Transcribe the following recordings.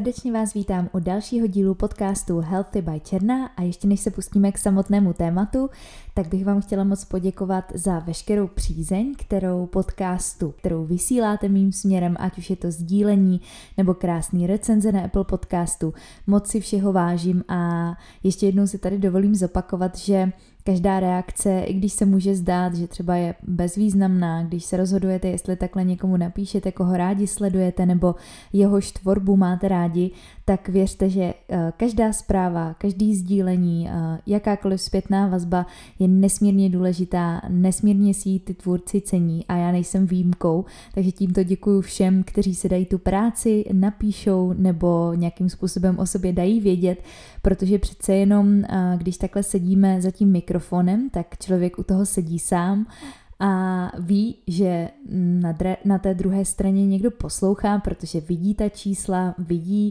Srdečně vás vítám u dalšího dílu podcastu Healthy by Černá a ještě než se pustíme k samotnému tématu, tak bych vám chtěla moc poděkovat za veškerou přízeň, kterou vysíláte mým směrem, ať už je to sdílení nebo krásný recenze na Apple podcastu. Moc si všeho vážím a ještě jednou si tady dovolím zopakovat, že každá reakce, i když se může zdát, že třeba je bezvýznamná, když se rozhodujete, jestli takhle někomu napíšete, koho rádi sledujete nebo jehož tvorbu máte rádi, tak věřte, že každá zpráva, každý sdílení, jakákoliv zpětná vazba je nesmírně důležitá, nesmírně si ji ty tvůrci cení a já nejsem výjimkou, takže tímto děkuju všem, kteří si dají tu práci, napíšou nebo nějakým způsobem o sobě dají vědět, protože přece jenom, když takhle sedíme za tím mikrofonem, tak člověk u toho sedí sám a ví, že na té druhé straně někdo poslouchá, protože vidí ta čísla, vidí,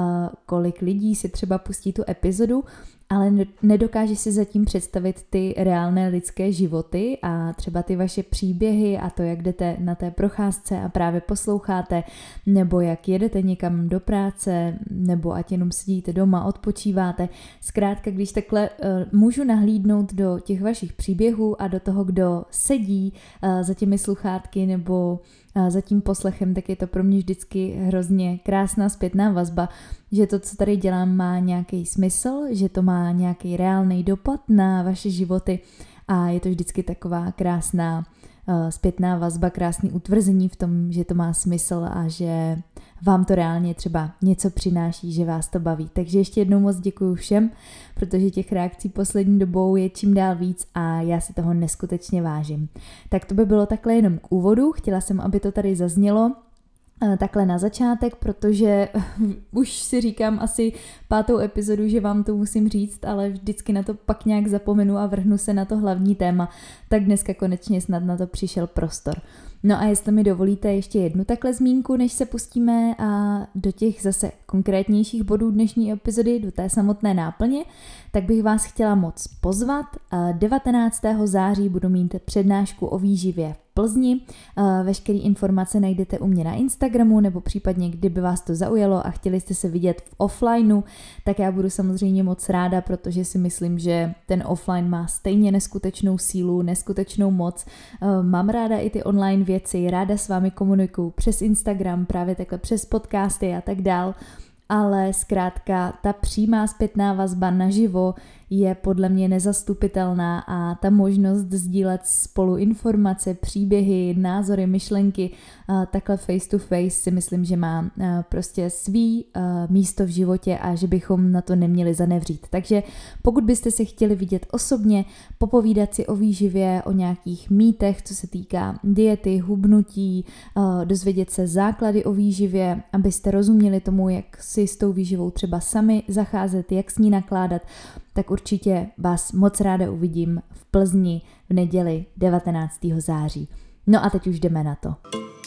kolik lidí si třeba pustí tu epizodu, ale nedokáže si zatím představit ty reálné lidské životy a třeba ty vaše příběhy a to, jak jdete na té procházce a právě posloucháte, nebo jak jedete někam do práce, nebo ať jenom sedíte doma, odpočíváte. Zkrátka, když takhle můžu nahlídnout do těch vašich příběhů a do toho, kdo sedí za těmi sluchátky nebo za tím poslechem, tak je to pro mě vždycky hrozně krásná zpětná vazba, že to, co tady dělám, má nějaký smysl, že to má nějaký reálný dopad na vaše životy a je to vždycky taková krásná zpětná vazba, krásný utvrzení v tom, že to má smysl a že vám to reálně třeba něco přináší, že vás to baví. Takže ještě jednou moc děkuju všem, protože těch reakcí poslední dobou je čím dál víc a já si toho neskutečně vážím. Tak to by bylo takhle jenom k úvodu, chtěla jsem, aby to tady zaznělo takhle na začátek, protože už si říkám asi 5. epizodu, že vám to musím říct, ale vždycky na to pak nějak zapomenu a vrhnu se na to hlavní téma, tak dneska konečně snad na to přišel prostor. No a jestli mi dovolíte ještě jednu takhle zmínku, než se pustíme do těch zase konkrétnějších bodů dnešní epizody, do té samotné náplně, tak bych vás chtěla moc pozvat. 19. září budu mít přednášku o výživě v Plzni. Veškeré informace najdete u mě na Instagramu, nebo případně, kdyby vás to zaujalo a chtěli jste se vidět v offlineu, tak já budu samozřejmě moc ráda, protože si myslím, že ten offline má stejně neskutečnou sílu, neskutečnou moc. Mám ráda i ty online věci, ráda s vámi komunikuju přes Instagram, právě takhle přes podcasty a tak dál, ale zkrátka ta přímá zpětná vazba naživo je podle mě nezastupitelná a ta možnost sdílet spolu informace, příběhy, názory, myšlenky takhle face to face si myslím, že má prostě svý místo v životě a že bychom na to neměli zanevřít. Takže pokud byste si chtěli vidět osobně, popovídat si o výživě, o nějakých mýtech, co se týká diety, hubnutí, dozvědět se základy o výživě, abyste rozuměli tomu, jak si s tou výživou třeba sami zacházet, jak s ní nakládat, tak určitě vás moc ráda uvidím v Plzni v neděli 19. září. No a teď už jdeme na to.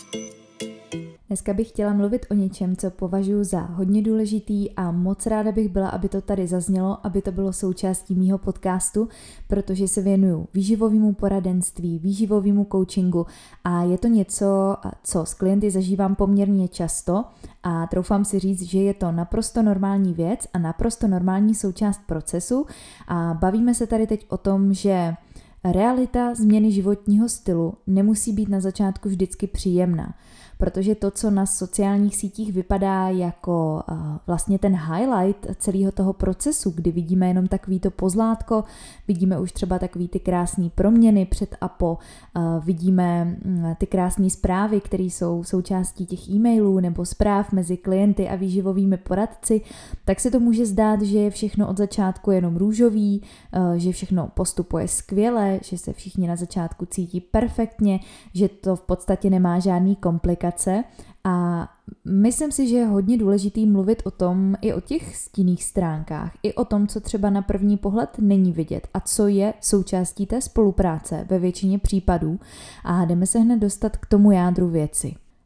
Dneska bych chtěla mluvit o něčem, co považuji za hodně důležitý a moc ráda bych byla, aby to tady zaznělo, aby to bylo součástí mýho podcastu, protože se věnuju výživovému poradenství, výživovému coachingu a je to něco, co s klienty zažívám poměrně často a troufám si říct, že je to naprosto normální věc a naprosto normální součást procesu a bavíme se tady teď o tom, že realita změny životního stylu nemusí být na začátku vždycky příjemná, protože to, co na sociálních sítích vypadá jako vlastně ten highlight celého toho procesu, kdy vidíme jenom takový to pozlátko, vidíme už třeba takový ty krásné proměny před a po, vidíme ty krásné zprávy, které jsou součástí těch e-mailů nebo zpráv mezi klienty a výživovými poradci, tak se to může zdát, že je všechno od začátku jenom růžový, že všechno postupuje skvěle, že se všichni na začátku cítí perfektně, že to v podstatě nemá žádný komplikace a myslím si, že je hodně důležitý mluvit o tom i o těch stinných stránkách, i o tom, co třeba na první pohled není vidět a co je součástí té spolupráce ve většině případů a jdeme se hned dostat k tomu jádru věci.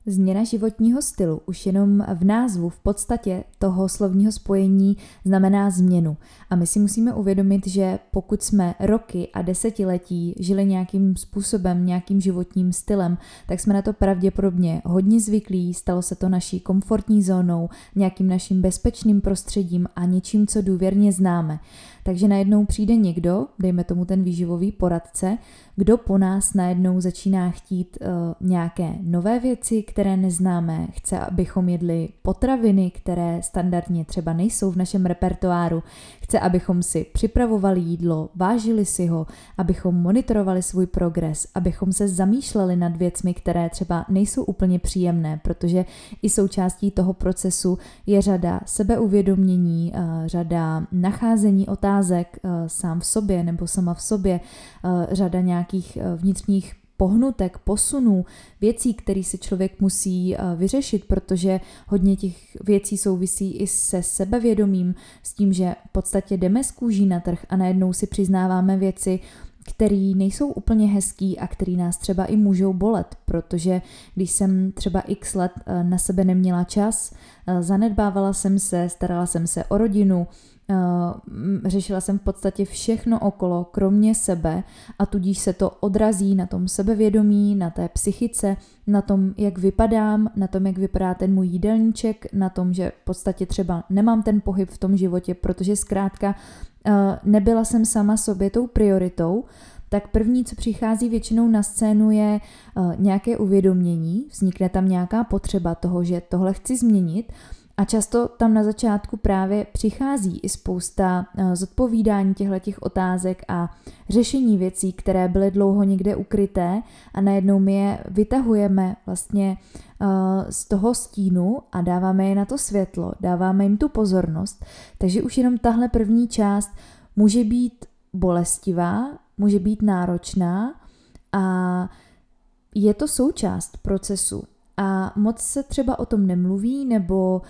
Změna životního stylu už jenom v názvu, v podstatě toho slovního spojení znamená změnu. A my si musíme uvědomit, že pokud jsme roky a desetiletí žili nějakým způsobem, nějakým životním stylem, tak jsme na to pravděpodobně hodně zvyklí, stalo se to naší komfortní zónou, nějakým naším bezpečným prostředím a něčím, co důvěrně známe. Takže najednou přijde někdo, dejme tomu ten výživový poradce, kdo po nás najednou začíná chtít nějaké nové věci, které neznáme, chce, abychom jedli potraviny, které standardně třeba nejsou v našem repertoáru, chce, abychom si připravovali jídlo, vážili si ho, abychom monitorovali svůj progres, abychom se zamýšleli nad věcmi, které třeba nejsou úplně příjemné, protože i součástí toho procesu je řada sebeuvědomění, řada nacházení otázek sám v sobě nebo sama v sobě, řada nějakých vnitřních pohnutek, posunů, věcí, které si člověk musí vyřešit, protože hodně těch věcí souvisí i se sebevědomím, s tím, že v podstatě jdeme z kůží na trh a najednou si přiznáváme věci, které nejsou úplně hezký a které nás třeba i můžou bolet, protože když jsem třeba x let na sebe neměla čas, zanedbávala jsem se, starala jsem se o rodinu, řešila jsem v podstatě všechno okolo, kromě sebe, a tudíž se to odrazí na tom sebevědomí, na té psychice, na tom, jak vypadám, na tom, jak vypadá ten můj jídelníček, na tom, že v podstatě třeba nemám ten pohyb v tom životě, protože zkrátka nebyla jsem sama sobě tou prioritou. Tak první, co přichází většinou na scénu, je nějaké uvědomění, vznikne tam nějaká potřeba toho, že tohle chci změnit. A často tam na začátku právě přichází i spousta zodpovídání těchto otázek a řešení věcí, které byly dlouho někde ukryté, a najednou my je vytahujeme vlastně z toho stínu a dáváme je na to světlo, dáváme jim tu pozornost. Takže už jenom tahle první část může být bolestivá, může být náročná a je to součást procesu. A moc se třeba o tom nemluví, nebo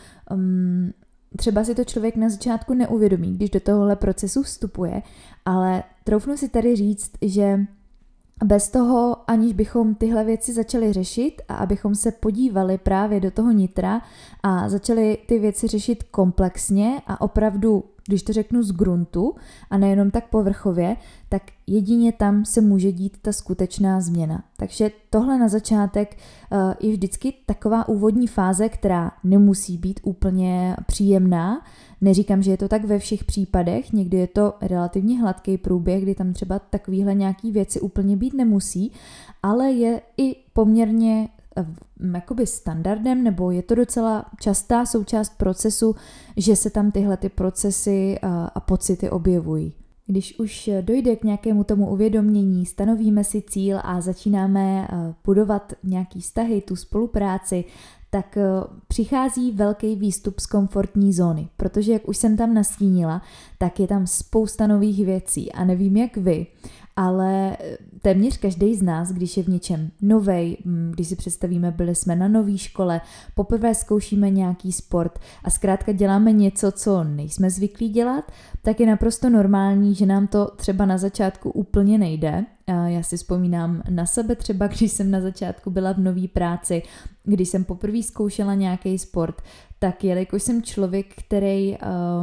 třeba si to člověk na začátku neuvědomí, když do tohohle procesu vstupuje, ale troufnu si tady říct, že bez toho, aniž bychom tyhle věci začali řešit a abychom se podívali právě do toho nitra a začali ty věci řešit komplexně a opravdu, když to řeknu z gruntu a nejenom tak povrchově, tak jedině tam se může dít ta skutečná změna. Takže tohle na začátek je vždycky taková úvodní fáze, která nemusí být úplně příjemná. Neříkám, že je to tak ve všech případech, někdy je to relativně hladký průběh, kdy tam třeba takovýhle nějaký věci úplně být nemusí, ale je i poměrně jakoby standardem, nebo je to docela častá součást procesu, že se tam tyhle ty procesy a pocity objevují. Když už dojde k nějakému tomu uvědomění, stanovíme si cíl a začínáme budovat nějaký vztahy, tu spolupráci, tak přichází velký výstup z komfortní zóny, protože jak už jsem tam nastínila, tak je tam spousta nových věcí a nevím jak vy, ale téměř každý z nás, když je v něčem novej, když si představíme, byli jsme na nový škole, poprvé zkoušíme nějaký sport a zkrátka děláme něco, co nejsme zvyklí dělat, tak je naprosto normální, že nám to třeba na začátku úplně nejde. Já si vzpomínám na sebe třeba, když jsem na začátku byla v nový práci, když jsem poprvé zkoušela nějaký sport, tak jelikož jsem člověk, který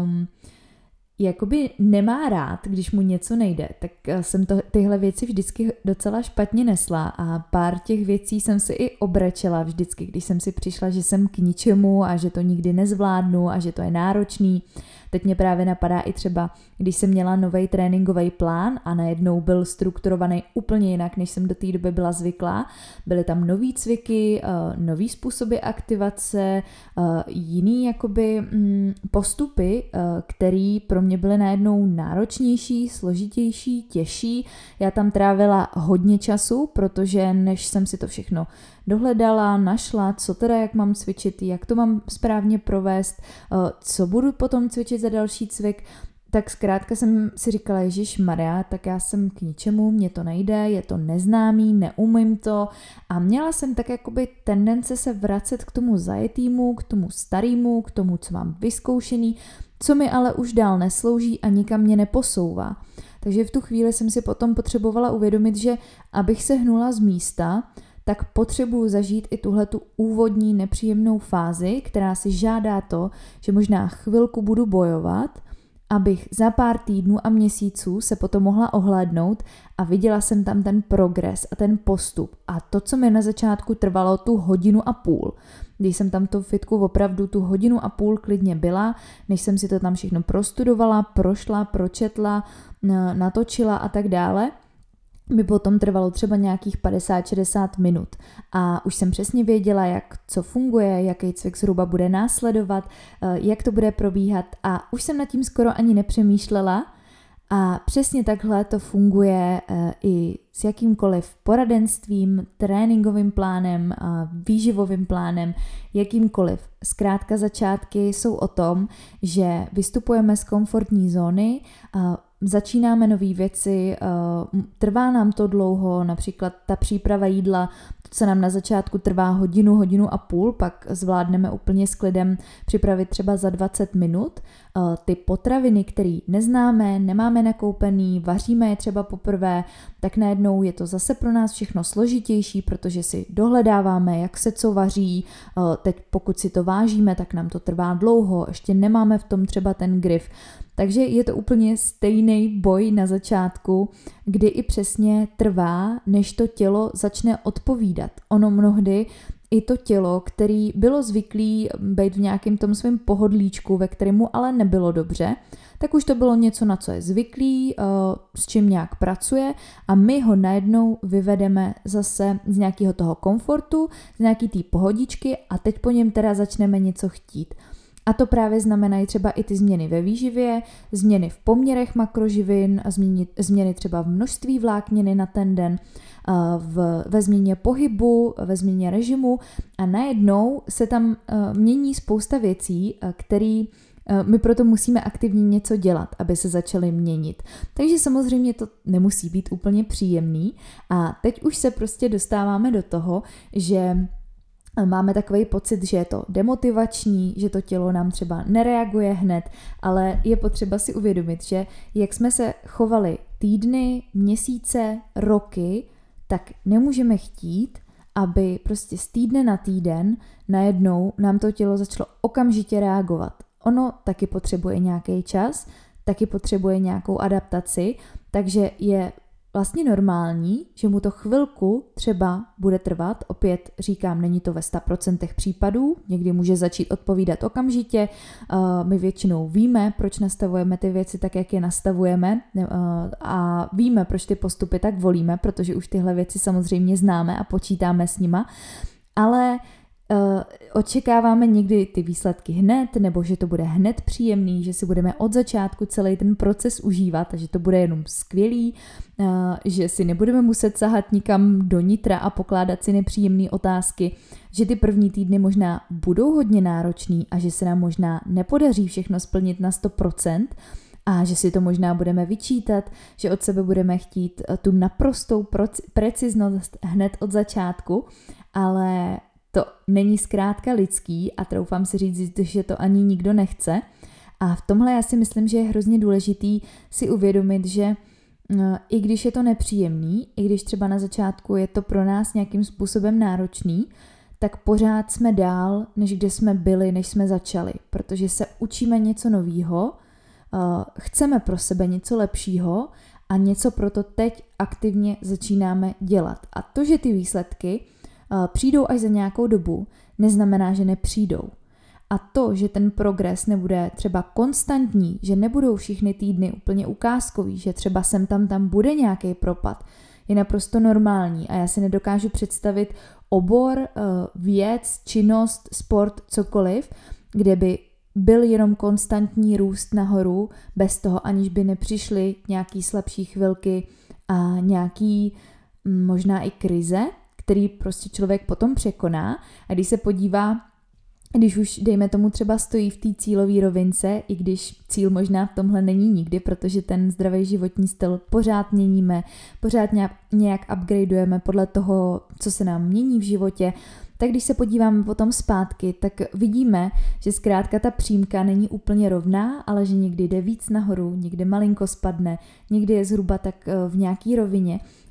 jakoby nemá rád, když mu něco nejde, tak jsem tyhle věci vždycky docela špatně nesla a pár těch věcí jsem si i obrečela vždycky, když jsem si přišla, že jsem k ničemu a že to nikdy nezvládnu a že to je náročný. Teď mě právě napadá i třeba, když jsem měla nový tréninkový plán a najednou byl strukturovaný úplně jinak, než jsem do té doby byla zvyklá. Byly tam nový cviky, nový způsoby aktivace, jiný jakoby postupy, který pro mě byly najednou náročnější, složitější, těžší. Já tam trávila hodně času, protože než jsem si to všechno dohledala, našla, co teda, jak mám cvičit, jak to mám správně provést, co budu potom cvičit za další cvik, tak zkrátka jsem si říkala, ježišmarja, tak já jsem k ničemu, mně to nejde, je to neznámý, neumím to a měla jsem tak jakoby tendence se vracet k tomu zajetýmu, k tomu starýmu, k tomu, co mám vyzkoušený, co mi ale už dál neslouží a nikam mě neposouvá. Takže v tu chvíli jsem si potom potřebovala uvědomit, že abych se hnula z místa, tak potřebuju zažít i tuhletu úvodní nepříjemnou fázi, která si žádá to, že možná chvilku budu bojovat, abych za pár týdnů a měsíců se potom mohla ohlédnout a viděla jsem tam ten progres a ten postup. A to, co mi na začátku trvalo tu 1,5 hodiny, když jsem tam to fitku opravdu tu 1,5 hodiny klidně byla, než jsem si to tam všechno prostudovala, prošla, pročetla, natočila a tak dále, mi potom trvalo třeba nějakých 50-60 minut a už jsem přesně věděla, jak co funguje, jaký cvik zhruba bude následovat, jak to bude probíhat a už jsem nad tím skoro ani nepřemýšlela a přesně takhle to funguje i s jakýmkoliv poradenstvím, tréninkovým plánem, výživovým plánem, jakýmkoliv. Zkrátka začátky jsou o tom, že vystupujeme z komfortní zóny, začínáme nové věci, trvá nám to dlouho, například ta příprava jídla, to, co nám na začátku trvá 1,5 hodiny, pak zvládneme úplně s klidem připravit třeba za 20 minut. Ty potraviny, které neznáme, nemáme nakoupený, vaříme je třeba poprvé, tak najednou je to zase pro nás všechno složitější, protože si dohledáváme, jak se co vaří, teď pokud si to vážíme, tak nám to trvá dlouho, ještě nemáme v tom třeba ten grif. Takže je to úplně stejný boj na začátku, kdy i přesně trvá, než to tělo začne odpovídat. Ono mnohdy i to tělo, který bylo zvyklý být v nějakém tom svém pohodlíčku, ve kterému ale nebylo dobře, tak už to bylo něco, na co je zvyklý, s čím nějak pracuje a my ho najednou vyvedeme zase z nějakého toho komfortu, z nějaký té pohodičky a teď po něm teda začneme něco chtít. A to právě znamenají třeba i ty změny ve výživě, změny v poměrech makroživin, změny třeba v množství vlákniny na ten den, ve změně pohybu, ve změně režimu a najednou se tam mění spousta věcí, které my proto musíme aktivně něco dělat, aby se začaly měnit. Takže samozřejmě to nemusí být úplně příjemný a teď už se prostě dostáváme do toho, že máme takový pocit, že je to demotivační, že to tělo nám třeba nereaguje hned, ale je potřeba si uvědomit, že jak jsme se chovali týdny, měsíce, roky, tak nemůžeme chtít, aby prostě z týdne na týden najednou nám to tělo začalo okamžitě reagovat. Ono taky potřebuje nějaký čas, taky potřebuje nějakou adaptaci, takže je vlastně normální, že mu to chvilku třeba bude trvat, opět říkám, není to ve 100% případů, někdy může začít odpovídat okamžitě, my většinou víme, proč nastavujeme ty věci tak, jak je nastavujeme a víme, proč ty postupy tak volíme, protože už tyhle věci samozřejmě známe a počítáme s nima, ale očekáváme někdy ty výsledky hned, nebo že to bude hned příjemný, že si budeme od začátku celý ten proces užívat a že to bude jenom skvělý, že si nebudeme muset sahat nikam do nitra a pokládat si nepříjemné otázky, že ty první týdny možná budou hodně náročný a že se nám možná nepodaří všechno splnit na 100%, a že si to možná budeme vyčítat, že od sebe budeme chtít tu naprostou preciznost hned od začátku, ale to není zkrátka lidský a troufám si říct, že to ani nikdo nechce. A v tomhle já si myslím, že je hrozně důležitý si uvědomit, že i když je to nepříjemný, i když třeba na začátku je to pro nás nějakým způsobem náročný, tak pořád jsme dál, než kde jsme byli, než jsme začali. Protože se učíme něco novýho, chceme pro sebe něco lepšího a něco proto teď aktivně začínáme dělat. A to, že ty výsledky přijdou až za nějakou dobu, neznamená, že nepřijdou. A to, že ten progres nebude třeba konstantní, že nebudou všechny týdny úplně ukázkový, že třeba sem tam bude nějaký propad, je naprosto normální. A já si nedokážu představit obor, věc, činnost, sport, cokoliv, kde by byl jenom konstantní růst nahoru, bez toho, aniž by nepřišly nějaký slabší chvilky a nějaký možná i krize, který prostě člověk potom překoná. A když se podívá, když už dejme tomu třeba stojí v té cílové rovince, i když cíl možná v tomhle není nikdy, protože ten zdravý životní styl pořád měníme, pořád nějak upgradeujeme podle toho, co se nám mění v životě, tak když se podíváme potom zpátky, tak vidíme, že zkrátka ta přímka není úplně rovná, ale že někdy jde víc nahoru, někdy malinko spadne, někdy je zhruba tak v nějaký rovině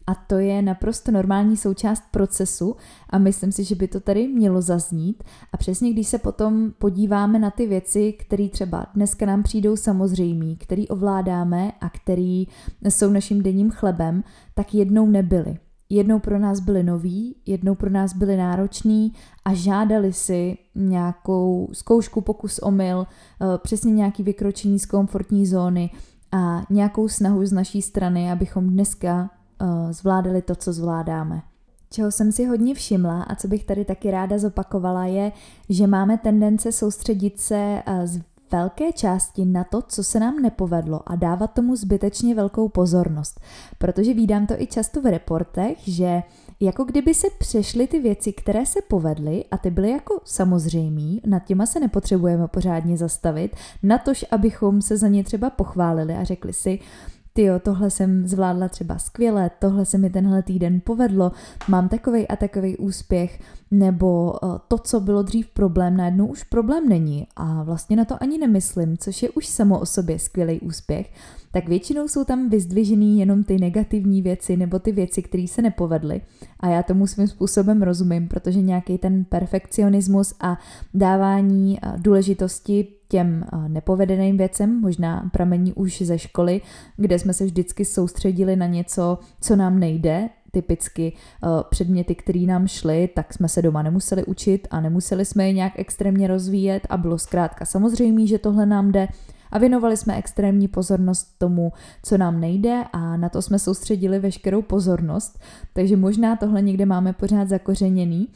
a to je naprosto normální součást procesu a myslím si, že by to tady mělo zaznít. A přesně když se potom podíváme na ty věci, které třeba dneska nám přijdou samozřejmý, který ovládáme a který jsou naším denním chlebem, tak jednou nebyly. Jednou pro nás byly noví, jednou pro nás byly náročný a žádali si nějakou zkoušku, pokus, omyl, přesně nějaké vykročení z komfortní zóny a nějakou snahu z naší strany, abychom dneska zvládali to, co zvládáme. Čeho jsem si hodně všimla a co bych tady taky ráda zopakovala je, že máme tendence soustředit se z velké části na to, co se nám nepovedlo a dávat tomu zbytečně velkou pozornost. Protože vídám to i často v reportech, že jako kdyby se přešly ty věci, které se povedly a ty byly jako samozřejmý, nad těma se nepotřebujeme pořádně zastavit, natož abychom se za ně třeba pochválili a řekli si, tyjo, tohle jsem zvládla třeba skvěle, tohle se mi tenhle týden povedlo, mám takovej a takovej úspěch, nebo to, co bylo dřív problém, najednou už problém není a vlastně na to ani nemyslím, což je už samo o sobě skvělý úspěch, tak většinou jsou tam vyzdvižený jenom ty negativní věci nebo ty věci, které se nepovedly a já tomu svým způsobem rozumím, protože nějaký ten perfekcionismus a dávání důležitosti těm nepovedeným věcem, možná pramení už ze školy, kde jsme se vždycky soustředili na něco, co nám nejde, typicky předměty, které nám šly, tak jsme se doma nemuseli učit a nemuseli jsme je nějak extrémně rozvíjet a bylo zkrátka samozřejmé, že tohle nám jde a věnovali jsme extrémní pozornost tomu, co nám nejde a na to jsme soustředili veškerou pozornost, takže možná tohle někde máme pořád zakořeněný,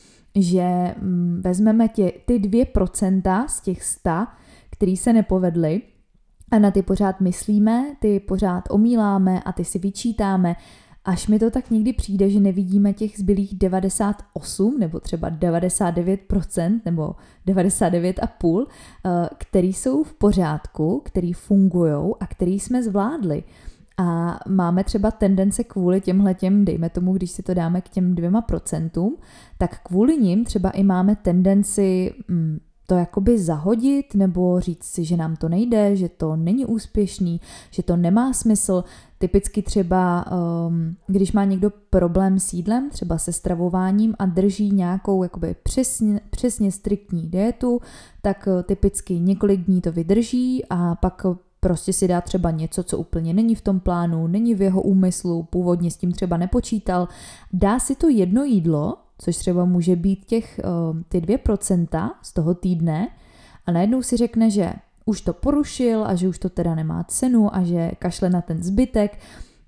že vezmeme ty 2% z těch 100, který se nepovedly a na ty pořád myslíme, ty pořád omíláme a ty si vyčítáme, až mi to tak někdy přijde, že nevidíme těch zbylých 98 nebo třeba 99% nebo 99,5%, který jsou v pořádku, který fungujou a který jsme zvládli. A máme třeba tendence kvůli těmhletěm, dejme tomu, když si to dáme k těm 2%, tak kvůli nim třeba i máme tendenci to jakoby zahodit nebo říct si, že nám to nejde, že to není úspěšný, že to nemá smysl. Typicky třeba, když má někdo problém s jídlem, třeba se stravováním a drží nějakou jakoby přesně striktní dietu, tak typicky několik dní to vydrží a pak prostě si dá třeba něco, co úplně není v tom plánu, není v jeho úmyslu, původně s tím třeba nepočítal, dá si to jedno jídlo, což třeba může být ty 2% z toho týdne a najednou si řekne, že už to porušil a že už to teda nemá cenu a že kašle na ten zbytek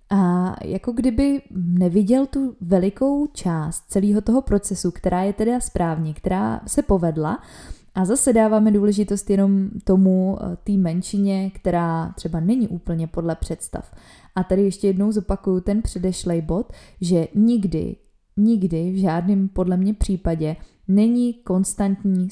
a jako kdyby neviděl tu velikou část celého toho procesu, která je teda správně, která se povedla a zase dáváme důležitost jenom tomu té menšině, která třeba není úplně podle představ. A tady ještě jednou zopakuju ten předešlej bod, že nikdy v žádném podle mě případě není konstantní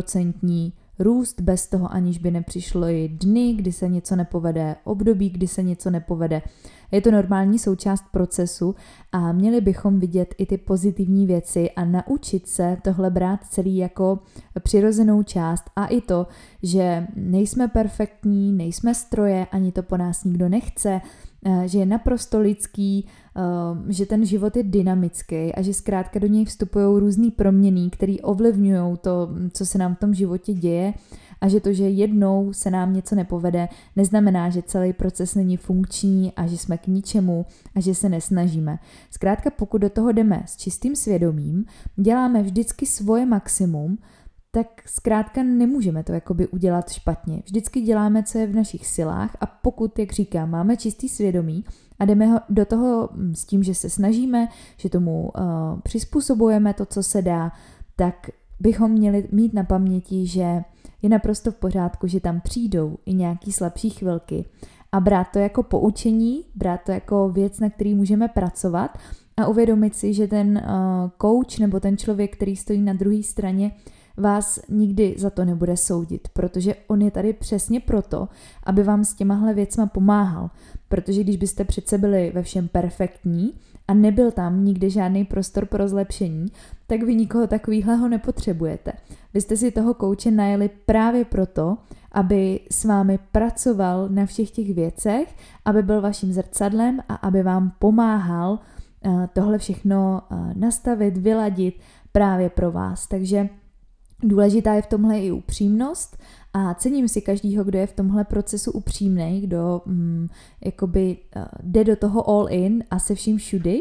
100% růst bez toho, aniž by nepřišly dny, kdy se něco nepovede, období, kdy se něco nepovede. Je to normální součást procesu a měli bychom vidět i ty pozitivní věci a naučit se tohle brát celý jako přirozenou část a i to, že nejsme perfektní, nejsme stroje, ani to po nás nikdo nechce, že je naprosto lidský, že ten život je dynamický a že zkrátka do něj vstupují různý proměny, které ovlivňují to, co se nám v tom životě děje a že to, že jednou se nám něco nepovede, neznamená, že celý proces není funkční a že jsme k ničemu a že se nesnažíme. Zkrátka pokud do toho jdeme s čistým svědomím, děláme vždycky svoje maximum, tak zkrátka nemůžeme to jakoby udělat špatně. Vždycky děláme, co je v našich silách a pokud, jak říkám, máme čistý svědomí a jdeme do toho s tím, že se snažíme, že tomu přizpůsobujeme to, co se dá, tak bychom měli mít na paměti, že je naprosto v pořádku, že tam přijdou i nějaký slabší chvilky a brát to jako poučení, brát to jako věc, na který můžeme pracovat a uvědomit si, že ten coach nebo ten člověk, který stojí na druhé straně, vás nikdy za to nebude soudit, protože on je tady přesně proto, aby vám s těmahle věcma pomáhal. Protože když byste přece byli ve všem perfektní a nebyl tam nikdy žádný prostor pro zlepšení, tak vy nikoho takovýhleho nepotřebujete. Vy jste si toho kouče najeli právě proto, aby s vámi pracoval na všech těch věcech, aby byl vaším zrcadlem a aby vám pomáhal tohle všechno nastavit, vyladit právě pro vás. Takže důležitá je v tomhle i upřímnost a cením si každýho, kdo je v tomhle procesu upřímnej, kdo jde do toho all in a se vším všudy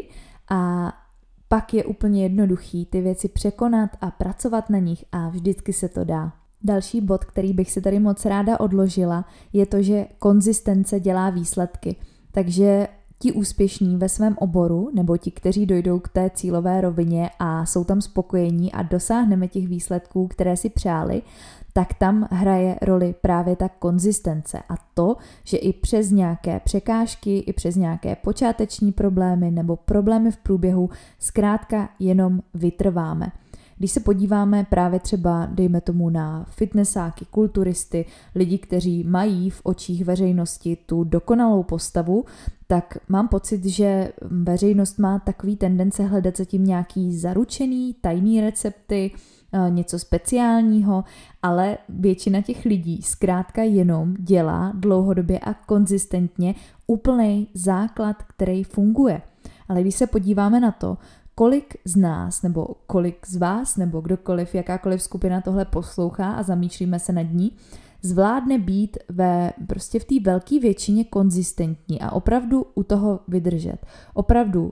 a pak je úplně jednoduchý ty věci překonat a pracovat na nich a vždycky se to dá. Další bod, který bych si tady moc ráda odložila, je to, že konzistence dělá výsledky. Takže ti úspěšní ve svém oboru, nebo ti, kteří dojdou k té cílové rovině a jsou tam spokojení a dosáhneme těch výsledků, které si přáli, tak tam hraje roli právě ta konzistence a to, že i přes nějaké překážky, i přes nějaké počáteční problémy nebo problémy v průběhu zkrátka jenom vytrváme. Když se podíváme právě třeba, dejme tomu, na fitnessáky, kulturisty, lidi, kteří mají v očích veřejnosti tu dokonalou postavu, tak mám pocit, že veřejnost má takový tendence hledat zatím nějaký zaručený, tajný recepty, něco speciálního, ale většina těch lidí zkrátka jenom dělá dlouhodobě a konzistentně úplný základ, který funguje. Ale když se podíváme na to, kolik z nás, nebo kolik z vás, nebo kdokoliv, jakákoliv skupina tohle poslouchá a zamýšlíme se nad ní, zvládne být prostě v té velké většině konzistentní a opravdu u toho vydržet. Opravdu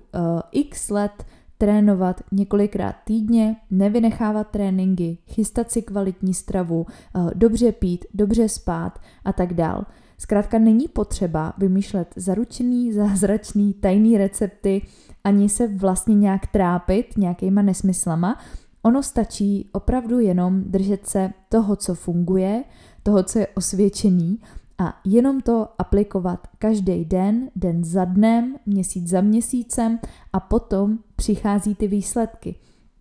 x let trénovat několikrát týdně, nevynechávat tréninky, chystat si kvalitní stravu, dobře pít, dobře spát a tak dál. Zkrátka není potřeba vymýšlet zaručený, zázračný, tajný recepty, ani se vlastně nějak trápit nějakýma nesmyslama. Ono stačí opravdu jenom držet se toho, co funguje, toho, co je osvědčený a jenom to aplikovat každý den, den za dnem, měsíc za měsícem a potom přichází ty výsledky.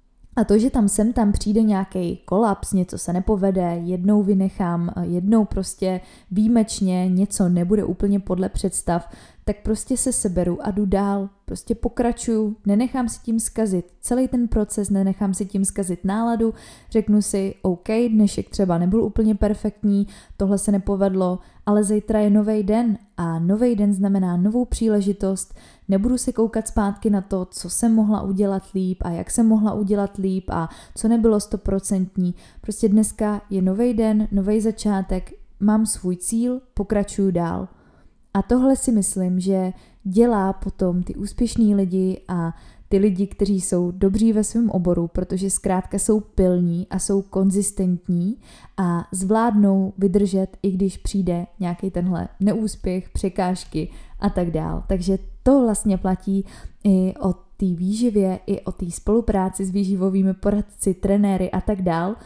A to, že tam přijde nějaký kolaps, něco se nepovede, jednou vynechám, jednou prostě výjimečně něco nebude úplně podle představ, tak prostě se seberu a jdu dál, prostě pokračuju, nenechám si tím zkazit celý ten proces, nenechám si tím zkazit náladu, řeknu si, OK, dnešek třeba nebyl úplně perfektní, tohle se nepovedlo, ale zítra je nový den a nový den znamená novou příležitost, nebudu se koukat zpátky na to, co jsem mohla udělat líp a jak jsem mohla udělat líp a co nebylo 100%. Prostě dneska je nový den, nový začátek, mám svůj cíl, pokračuju dál. A tohle si myslím, že dělá potom ty úspěšní lidi a ty lidi, kteří jsou dobří ve svém oboru, protože zkrátka jsou pilní a jsou konzistentní a zvládnou vydržet, i když přijde nějaký tenhle neúspěch, překážky a tak dál. Takže to vlastně platí i o té výživě, i o té spolupráci s výživovými poradci, trenéry a tak dál,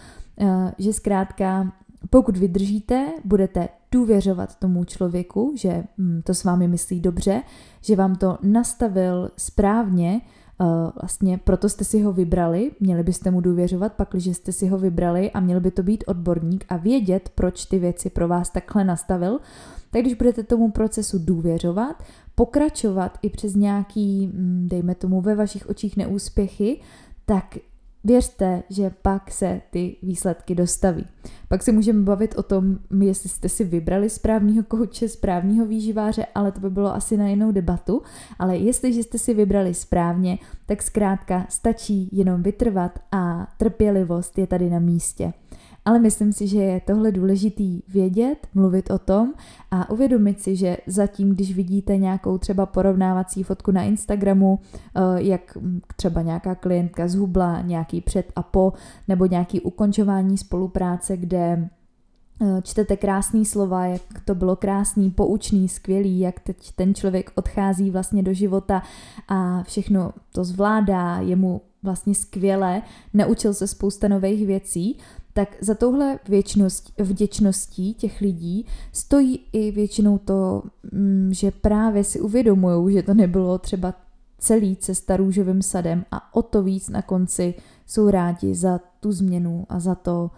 že zkrátka pokud vydržíte, budete důvěřovat tomu člověku, že to s vámi myslí dobře, že vám to nastavil správně, vlastně proto jste si ho vybrali, měli byste mu důvěřovat, pakliže jste si ho vybrali a měl by to být odborník a vědět, proč ty věci pro vás takhle nastavil, tak když budete tomu procesu důvěřovat, pokračovat i přes nějaký, dejme tomu ve vašich očích neúspěchy, tak věřte, že pak se ty výsledky dostaví. Pak si můžeme bavit o tom, jestli jste si vybrali správného kouče, správného výživáře, ale to by bylo asi na jinou debatu. Ale jestliže jste si vybrali správně, tak zkrátka stačí jenom vytrvat a trpělivost je tady na místě. Ale myslím si, že je tohle důležitý vědět, mluvit o tom a uvědomit si, že zatím, když vidíte nějakou třeba porovnávací fotku na Instagramu, jak třeba nějaká klientka zhubla, nějaký před a po, nebo nějaký ukončování spolupráce, kde čtete krásný slova, jak to bylo krásný, poučný, skvělý, jak teď ten člověk odchází vlastně do života a všechno to zvládá, je mu vlastně skvěle, naučil se spousta nových věcí, tak za touhle vděčností těch lidí stojí i většinou to, že právě si uvědomujou, že to nebylo třeba celý cesta růžovým sadem a o to víc na konci jsou rádi za tu změnu a za to,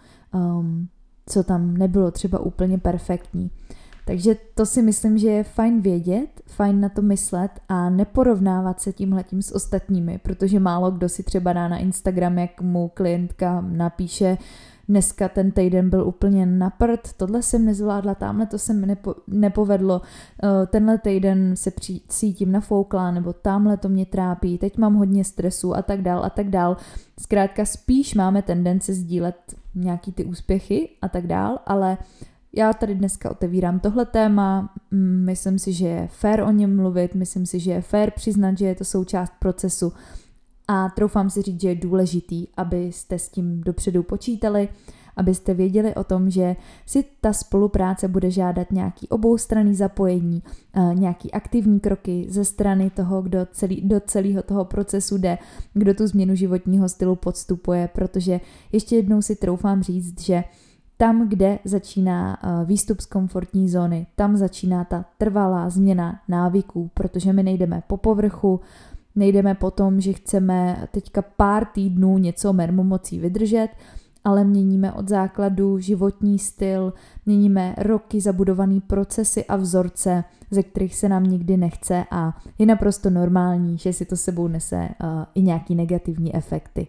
co tam nebylo třeba úplně perfektní. Takže to si myslím, že je fajn vědět, fajn na to myslet a neporovnávat se tímhletím s ostatními, protože málo kdo si třeba dá na Instagram, jak mu klientka napíše, dneska ten týden byl úplně na prd, tohle jsem nezvládla, tamhle to se mi nepovedlo, tenhle týden se cítím nafouklá, nebo tamhle to mě trápí, teď mám hodně stresu a tak dál a tak dál. Zkrátka spíš máme tendenci sdílet nějaký ty úspěchy a tak dál, ale já tady dneska otevírám tohle téma, myslím si, že je fér o něm mluvit, myslím si, že je fér přiznat, že je to součást procesu a troufám si říct, že je důležitý, abyste s tím dopředu počítali, abyste věděli o tom, že si ta spolupráce bude žádat nějaký oboustranný zapojení, nějaký aktivní kroky ze strany toho, kdo do celého toho procesu jde, kdo tu změnu životního stylu podstupuje, protože ještě jednou si troufám říct, že tam, kde začíná výstup z komfortní zóny, tam začíná ta trvalá změna návyků, protože my nejdeme po povrchu, nejdeme po tom, že chceme teďka pár týdnů něco mermomocí vydržet, ale měníme od základu životní styl, měníme roky zabudované procesy a vzorce, ze kterých se nám nikdy nechce a je naprosto normální, že si to sebou nese i nějaký negativní efekty.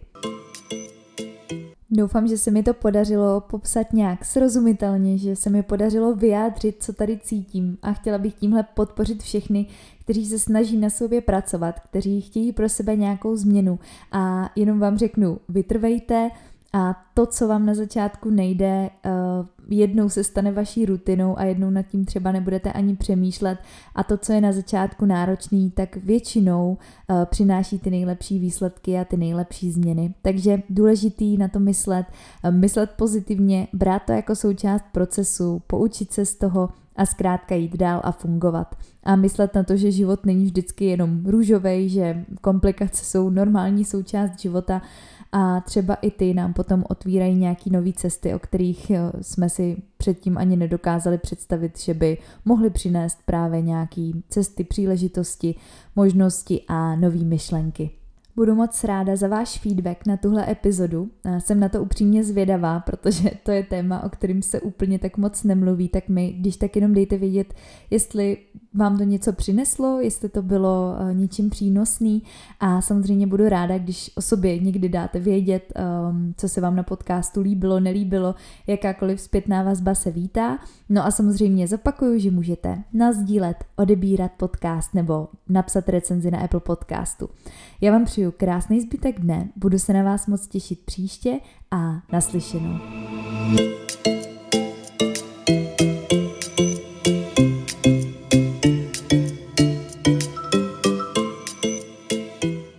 Doufám, že se mi to podařilo popsat nějak srozumitelně, že se mi podařilo vyjádřit, co tady cítím a chtěla bych tímhle podpořit všechny, kteří se snaží na sobě pracovat, kteří chtějí pro sebe nějakou změnu a jenom vám řeknu, vytrvejte a to, co vám na začátku nejde, jednou se stane vaší rutinou a jednou nad tím třeba nebudete ani přemýšlet a to, co je na začátku náročný, tak většinou přináší ty nejlepší výsledky a ty nejlepší změny. Takže důležitý na to myslet pozitivně, brát to jako součást procesu, poučit se z toho a zkrátka jít dál a fungovat. A myslet na to, že život není vždycky jenom růžovej, že komplikace jsou normální součást života a třeba i ty nám potom otvírají nějaký nový cesty, o kterých jsme si předtím ani nedokázali představit, že by mohly přinést právě nějaký cesty, příležitosti, možnosti a nový myšlenky. Budu moc ráda za váš feedback na tuhle epizodu. Jsem na to upřímně zvědavá, protože to je téma, o kterém se úplně tak moc nemluví, tak mi když tak jenom dejte vědět, jestli vám to něco přineslo, jestli to bylo něčím přínosný a samozřejmě budu ráda, když o sobě někdy dáte vědět, co se vám na podcastu líbilo, nelíbilo, jakákoliv zpětná vazba se vítá. No a samozřejmě zopakuju, že můžete nasdílet, odebírat podcast nebo napsat recenzi na Apple Podcastu. Já vám přeju krásný zbytek dne, budu se na vás moc těšit příště a naslyšenou.